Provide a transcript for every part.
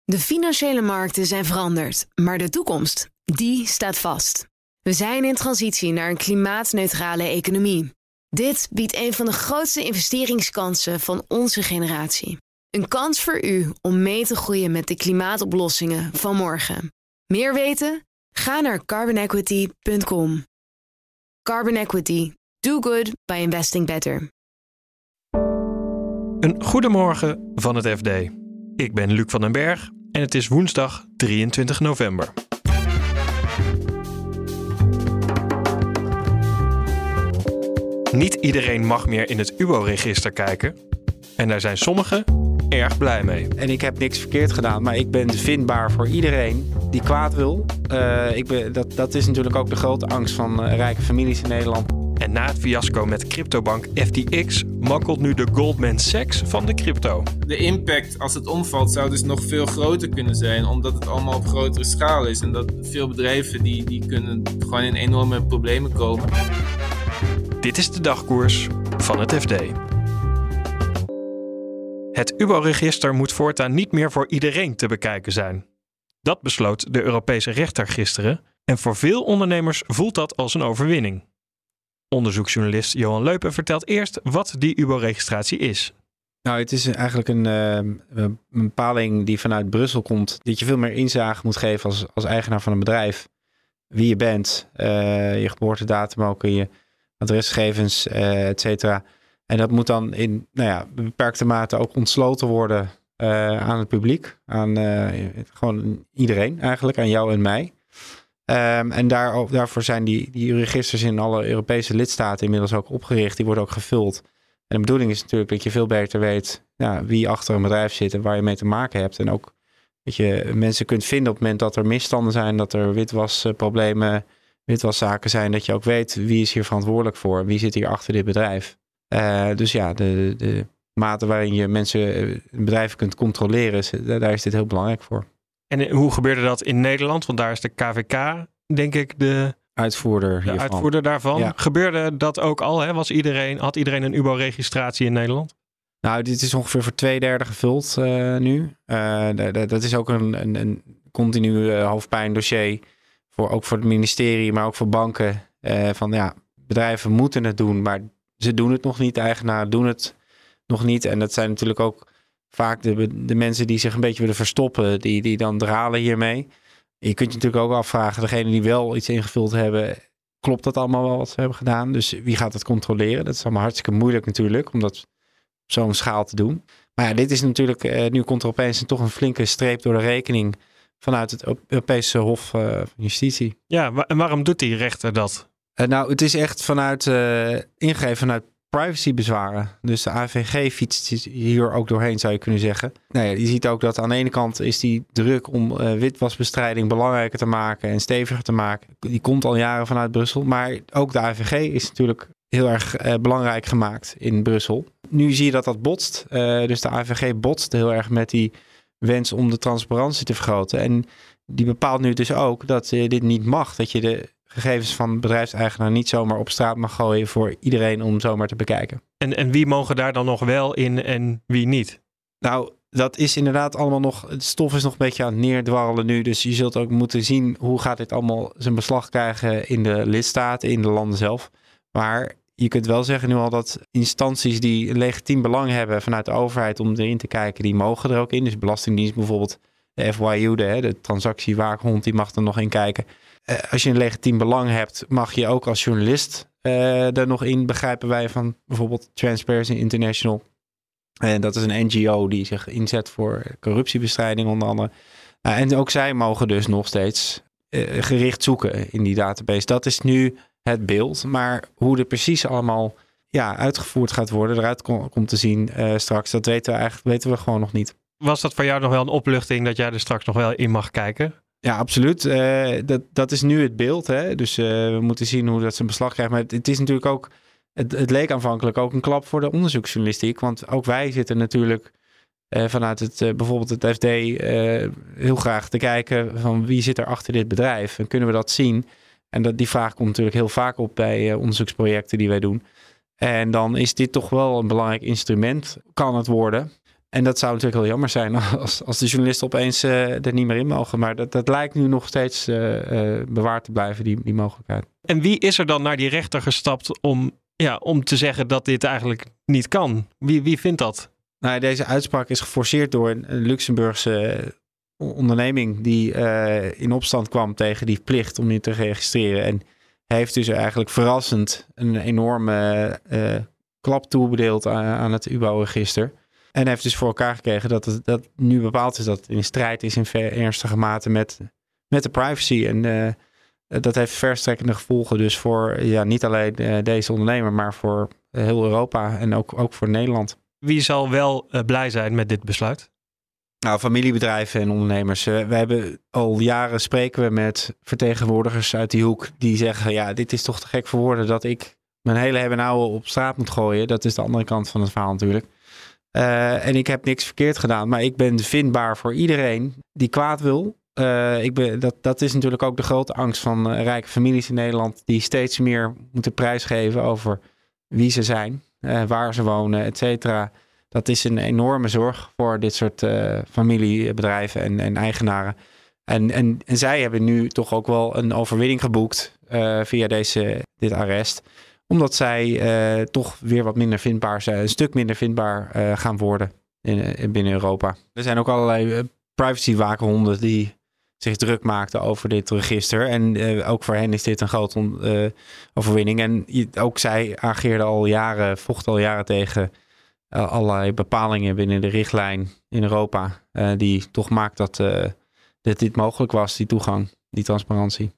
De financiële markten zijn veranderd, maar de toekomst, die staat vast. We zijn in transitie naar een klimaatneutrale economie. Dit biedt een van de grootste investeringskansen van onze generatie. Een kans voor u om mee te groeien met de klimaatoplossingen van morgen. Meer weten? Ga naar carbonequity.com. Carbon Equity. Do good by investing better. Een goedemorgen van het FD. Ik ben Luc van den Berg en het is woensdag 23 november. Niet iedereen mag meer in het UBO-register kijken. En daar zijn sommigen erg blij mee. En ik heb niks verkeerd gedaan, maar ik ben vindbaar voor iedereen die kwaad wil. Dat is natuurlijk ook de grote angst van rijke families in Nederland. En na het fiasco met cryptobank FTX makkelt nu de Goldman Sachs van de crypto. De impact als het omvalt zou dus nog veel groter kunnen zijn, omdat het allemaal op grotere schaal is. En dat veel bedrijven die kunnen gewoon in enorme problemen komen. Dit is de dagkoers van het FD. Het UBO-register moet voortaan niet meer voor iedereen te bekijken zijn. Dat besloot de Europese rechter gisteren en voor veel ondernemers voelt dat als een overwinning. Onderzoeksjournalist Johan Leupen vertelt eerst wat die UBO-registratie is. Nou, het is eigenlijk een bepaling die vanuit Brussel komt, dat je veel meer inzage moet geven als eigenaar van een bedrijf. Wie je bent, je geboortedatum ook, je adresgegevens, et cetera. En dat moet dan in beperkte mate ook ontsloten worden aan het publiek. Aan gewoon iedereen eigenlijk, aan jou en mij. En daarvoor zijn die registers in alle Europese lidstaten inmiddels ook opgericht. Die worden ook gevuld. En de bedoeling is natuurlijk dat je veel beter weet wie achter een bedrijf zit en waar je mee te maken hebt. En ook dat je mensen kunt vinden op het moment dat er misstanden zijn, dat er witwasproblemen, witwaszaken zijn. Dat je ook weet wie is hier verantwoordelijk voor, wie zit hier achter dit bedrijf. Dus ja, de mate waarin je bedrijven kunt controleren, daar is dit heel belangrijk voor. En hoe gebeurde dat in Nederland? Want daar is de KVK, denk ik, de uitvoerder daarvan. Ja. Gebeurde dat ook al? Hè? Had iedereen een UBO-registratie in Nederland? Nou, dit is ongeveer voor 2/3 gevuld nu. Dat is ook een continu hoofdpijndossier. Ook voor het ministerie, maar ook voor banken. Bedrijven moeten het doen, maar ze doen het nog niet. De eigenaren doen het nog niet. En dat zijn natuurlijk ook vaak de mensen die zich een beetje willen verstoppen, die dan dralen hiermee. Je kunt je natuurlijk ook afvragen, degene die wel iets ingevuld hebben, klopt dat allemaal wel wat ze hebben gedaan? Dus wie gaat het controleren? Dat is allemaal hartstikke moeilijk natuurlijk, om dat op zo'n schaal te doen. Maar ja, dit is natuurlijk, nu komt er opeens toch een flinke streep door de rekening vanuit het Europese Hof van Justitie. Ja, en waarom doet die rechter dat? Het is echt ingegeven vanuit privacybezwaren. Dus de AVG fietst hier ook doorheen, zou je kunnen zeggen. Je ziet ook dat aan de ene kant is die druk om witwasbestrijding belangrijker te maken en steviger te maken. Die komt al jaren vanuit Brussel. Maar ook de AVG is natuurlijk heel erg belangrijk gemaakt in Brussel. Nu zie je dat botst. Dus de AVG botst heel erg met die wens om de transparantie te vergroten. En die bepaalt nu dus ook dat dit niet mag. Dat je de gegevens van bedrijfseigenaar niet zomaar op straat mag gooien voor iedereen om zomaar te bekijken. En wie mogen daar dan nog wel in en wie niet? Nou, dat is inderdaad allemaal nog, het stof is nog een beetje aan het neerdwarrelen nu. Dus je zult ook moeten zien hoe gaat dit allemaal zijn beslag krijgen in de lidstaten, in de landen zelf. Maar je kunt wel zeggen nu al dat instanties die een legitiem belang hebben vanuit de overheid om erin te kijken, die mogen er ook in. Dus Belastingdienst bijvoorbeeld, de FYU, de transactiewaakhond, die mag er nog in kijken. Als je een legitiem belang hebt, mag je ook als journalist er nog in, begrijpen wij van bijvoorbeeld Transparency International. En dat is een NGO die zich inzet voor corruptiebestrijding onder andere. En ook zij mogen dus nog steeds gericht zoeken in die database. Dat is nu het beeld. Maar hoe het precies allemaal uitgevoerd gaat worden, eruit komt te zien straks, dat weten we gewoon nog niet. Was dat voor jou nog wel een opluchting dat jij er straks nog wel in mag kijken? Ja, absoluut. Dat is nu het beeld. Hè? Dus we moeten zien hoe dat zijn beslag krijgt. Maar het is natuurlijk ook, het leek aanvankelijk ook een klap voor de onderzoeksjournalistiek. Want ook wij zitten natuurlijk vanuit bijvoorbeeld het FD heel graag te kijken van wie zit er achter dit bedrijf. En kunnen we dat zien? En die vraag komt natuurlijk heel vaak op bij onderzoeksprojecten die wij doen. En dan is dit toch wel een belangrijk instrument, kan het worden. En dat zou natuurlijk heel jammer zijn als de journalisten opeens er niet meer in mogen. Maar dat lijkt nu nog steeds bewaard te blijven, die mogelijkheid. En wie is er dan naar die rechter gestapt om te zeggen dat dit eigenlijk niet kan? Wie vindt dat? Nou, deze uitspraak is geforceerd door een Luxemburgse onderneming die in opstand kwam tegen die plicht om je te registreren. En heeft dus eigenlijk verrassend een enorme klap toebedeeld aan het UBO-register. En heeft dus voor elkaar gekregen dat nu bepaald is dat het in strijd is in ernstige mate met de privacy. En dat heeft verstrekkende gevolgen dus voor niet alleen deze ondernemer, maar voor heel Europa en ook voor Nederland. Wie zal wel blij zijn met dit besluit? Nou, familiebedrijven en ondernemers. We hebben al jaren spreken we met vertegenwoordigers uit die hoek die zeggen, ja, dit is toch te gek voor woorden dat ik mijn hele hebben en houden op straat moet gooien. Dat is de andere kant van het verhaal natuurlijk. En ik heb niks verkeerd gedaan, maar ik ben vindbaar voor iedereen die kwaad wil. Dat is natuurlijk ook de grote angst van rijke families in Nederland die steeds meer moeten prijsgeven over wie ze zijn, waar ze wonen, et cetera. Dat is een enorme zorg voor dit soort familiebedrijven en eigenaren. En zij hebben nu toch ook wel een overwinning geboekt via dit arrest. Omdat zij toch weer wat minder vindbaar zijn, een stuk minder vindbaar gaan worden binnen Europa. Er zijn ook allerlei privacy-waakhonden die zich druk maakten over dit register. En ook voor hen is dit een grote overwinning. En ook zij vochten al jaren tegen allerlei bepalingen binnen de richtlijn in Europa. Die toch maakt dat dit mogelijk was, die toegang, die transparantie.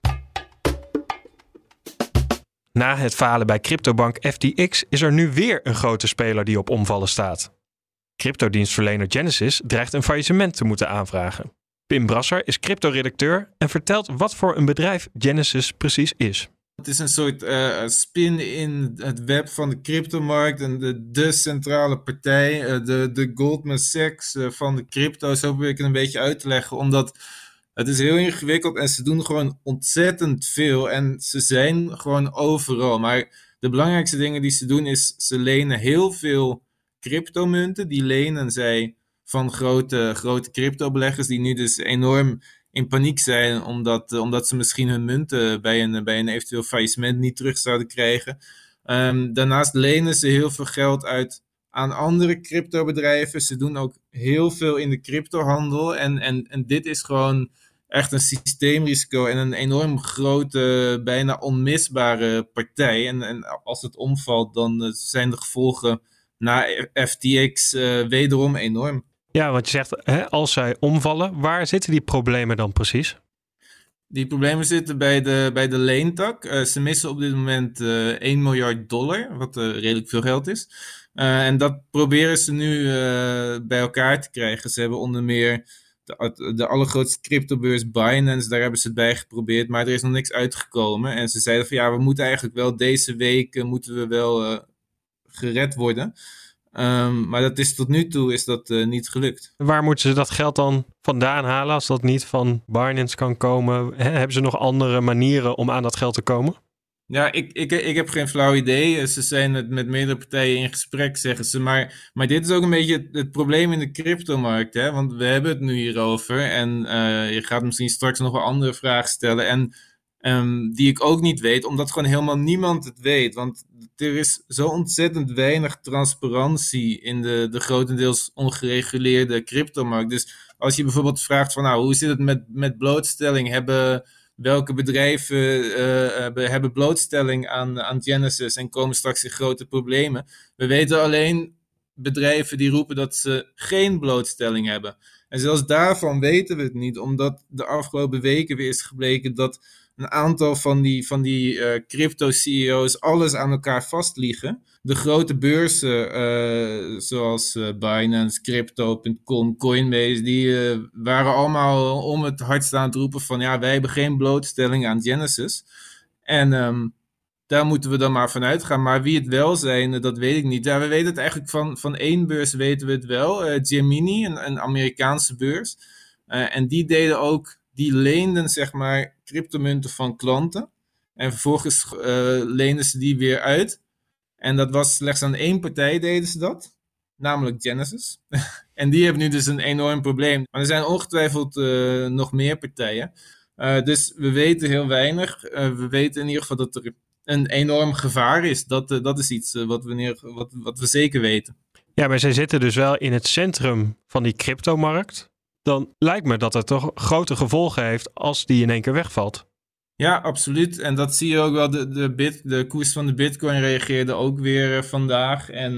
Na het falen bij cryptobank FTX is er nu weer een grote speler die op omvallen staat. Cryptodienstverlener Genesis dreigt een faillissement te moeten aanvragen. Pim Brasser is crypto-redacteur en vertelt wat voor een bedrijf Genesis precies is. Het is een soort spin in het web van de cryptomarkt en de centrale partij, de Goldman Sachs van de crypto. Zo probeer ik het een beetje uit te leggen, omdat het is heel ingewikkeld en ze doen gewoon ontzettend veel en ze zijn gewoon overal. Maar de belangrijkste dingen die ze doen is, ze lenen heel veel cryptomunten. Die lenen zij van grote cryptobeleggers die nu dus enorm in paniek zijn omdat ze misschien hun munten bij een eventueel faillissement niet terug zouden krijgen. Daarnaast lenen ze heel veel geld uit aan andere cryptobedrijven. Ze doen ook heel veel in de cryptohandel en dit is gewoon echt een systeemrisico en een enorm grote, bijna onmisbare partij. En als het omvalt, dan zijn de gevolgen na FTX wederom enorm. Ja, want je zegt, als zij omvallen, waar zitten die problemen dan precies? Die problemen zitten bij de leentak. Ze missen op dit moment $1 miljard, wat redelijk veel geld is. En dat proberen ze nu bij elkaar te krijgen. Ze hebben onder meer de allergrootste cryptobeurs Binance, daar hebben ze het bij geprobeerd, maar er is nog niks uitgekomen. En ze zeiden van ja, we moeten eigenlijk wel deze week gered worden. Maar dat is tot nu toe niet gelukt. Waar moeten ze dat geld dan vandaan halen als dat niet van Binance kan komen? Hebben ze nog andere manieren om aan dat geld te komen? Ja, ik heb geen flauw idee. Ze zijn met meerdere partijen in gesprek, zeggen ze. Maar dit is ook een beetje het probleem in de cryptomarkt. Hè? Want we hebben het nu hierover. En je gaat misschien straks nog wel andere vragen stellen. En die ik ook niet weet, omdat gewoon helemaal niemand het weet. Want er is zo ontzettend weinig transparantie in de grotendeels ongereguleerde cryptomarkt. Dus als je bijvoorbeeld vraagt van hoe zit het met blootstelling? Welke bedrijven hebben blootstelling aan Genesis en komen straks in grote problemen? We weten alleen bedrijven die roepen dat ze geen blootstelling hebben. En zelfs daarvan weten we het niet, omdat de afgelopen weken weer is gebleken dat een aantal van die crypto-CEO's alles aan elkaar vastliegen. De grote beurzen, zoals Binance, Crypto.com, Coinbase, die waren allemaal om het hardst aan het roepen van ja, wij hebben geen blootstelling aan Genesis. En daar moeten we dan maar van uitgaan. Maar wie het wel zijn, dat weet ik niet. Ja, we weten het eigenlijk van één beurs weten we het wel. Gemini, een Amerikaanse beurs. En die leenden zeg maar cryptomunten van klanten. En vervolgens leenden ze die weer uit. En dat was slechts aan één partij deden ze dat. Namelijk Genesis. En die hebben nu dus een enorm probleem. Maar er zijn ongetwijfeld nog meer partijen. Dus we weten heel weinig. We weten in ieder geval dat er een enorm gevaar is. Dat is iets wat we zeker weten. Ja, maar zij zitten dus wel in het centrum van die cryptomarkt. Dan lijkt me dat het toch grote gevolgen heeft als die in één keer wegvalt. Ja, absoluut. En dat zie je ook wel. De koers van de Bitcoin reageerde ook weer vandaag. En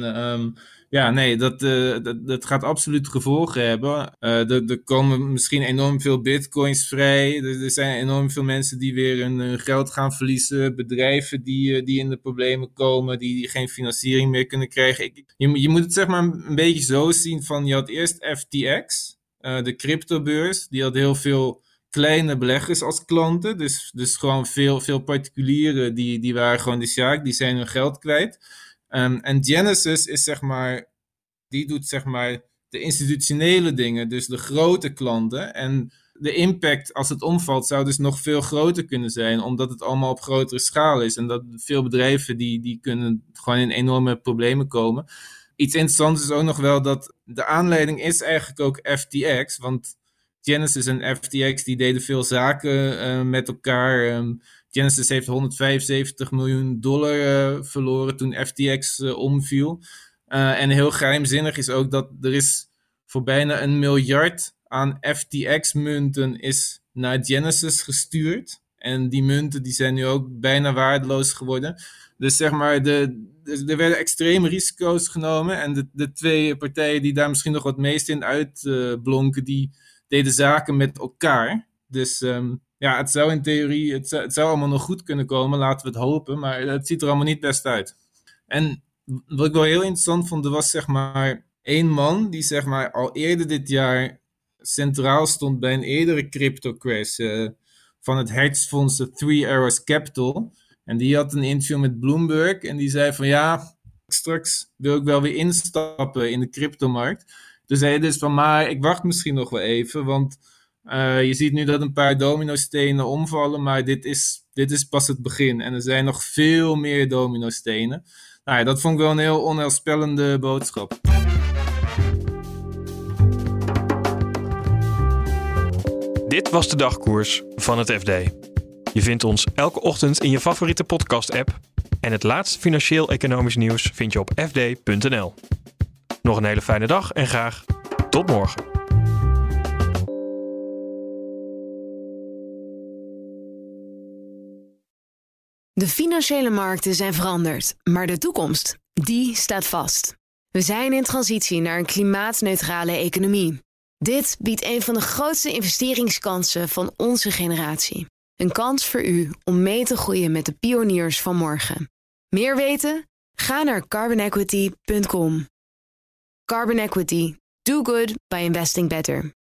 dat gaat absoluut gevolgen hebben. Er komen misschien enorm veel Bitcoins vrij. Er zijn enorm veel mensen die weer hun geld gaan verliezen. Bedrijven die in de problemen komen, die geen financiering meer kunnen krijgen. Je moet het zeg maar een beetje zo zien van, je had eerst FTX, de cryptobeurs. Die had heel veel kleine beleggers als klanten. Dus gewoon veel particulieren die waren gewoon de sjaak. Die zijn hun geld kwijt. En Genesis is zeg maar, die doet zeg maar de institutionele dingen, dus de grote klanten. En de impact als het omvalt zou dus nog veel groter kunnen zijn, omdat het allemaal op grotere schaal is. En dat veel bedrijven die kunnen gewoon in enorme problemen komen. Iets interessants is ook nog wel dat de aanleiding is eigenlijk ook FTX, want Genesis en FTX die deden veel zaken met elkaar. Genesis heeft $175 miljoen verloren toen FTX omviel. En heel geheimzinnig is ook dat er is voor bijna $1 miljard aan FTX-munten is naar Genesis gestuurd. En die munten die zijn nu ook bijna waardeloos geworden. Dus zeg maar, er werden extreme risico's genomen. En de twee partijen die daar misschien nog wat meest in uitblonken, die deden zaken met elkaar. Dus het zou in theorie, het zou allemaal nog goed kunnen komen, laten we het hopen. Maar het ziet er allemaal niet best uit. En wat ik wel heel interessant vond, er was zeg maar één man die zeg maar al eerder dit jaar centraal stond bij een eerdere crypto crash van het hedgefonds Three Arrows Capital. En die had een interview met Bloomberg en die zei van ja, straks wil ik wel weer instappen in de cryptomarkt. Toen zei hij dus van, maar ik wacht misschien nog wel even, want je ziet nu dat een paar dominostenen omvallen, maar dit is pas het begin. En er zijn nog veel meer dominostenen. Nou ja, dat vond ik wel een heel onheilspellende boodschap. Dit was de dagkoers van het FD. Je vindt ons elke ochtend in je favoriete podcast-app. En het laatste financieel-economisch nieuws vind je op fd.nl. Nog een hele fijne dag en graag tot morgen. De financiële markten zijn veranderd, maar de toekomst, die staat vast. We zijn in transitie naar een klimaatneutrale economie. Dit biedt een van de grootste investeringskansen van onze generatie. Een kans voor u om mee te groeien met de pioniers van morgen. Meer weten? Ga naar carbonequity.com. Carbon Equity. Do good by investing better.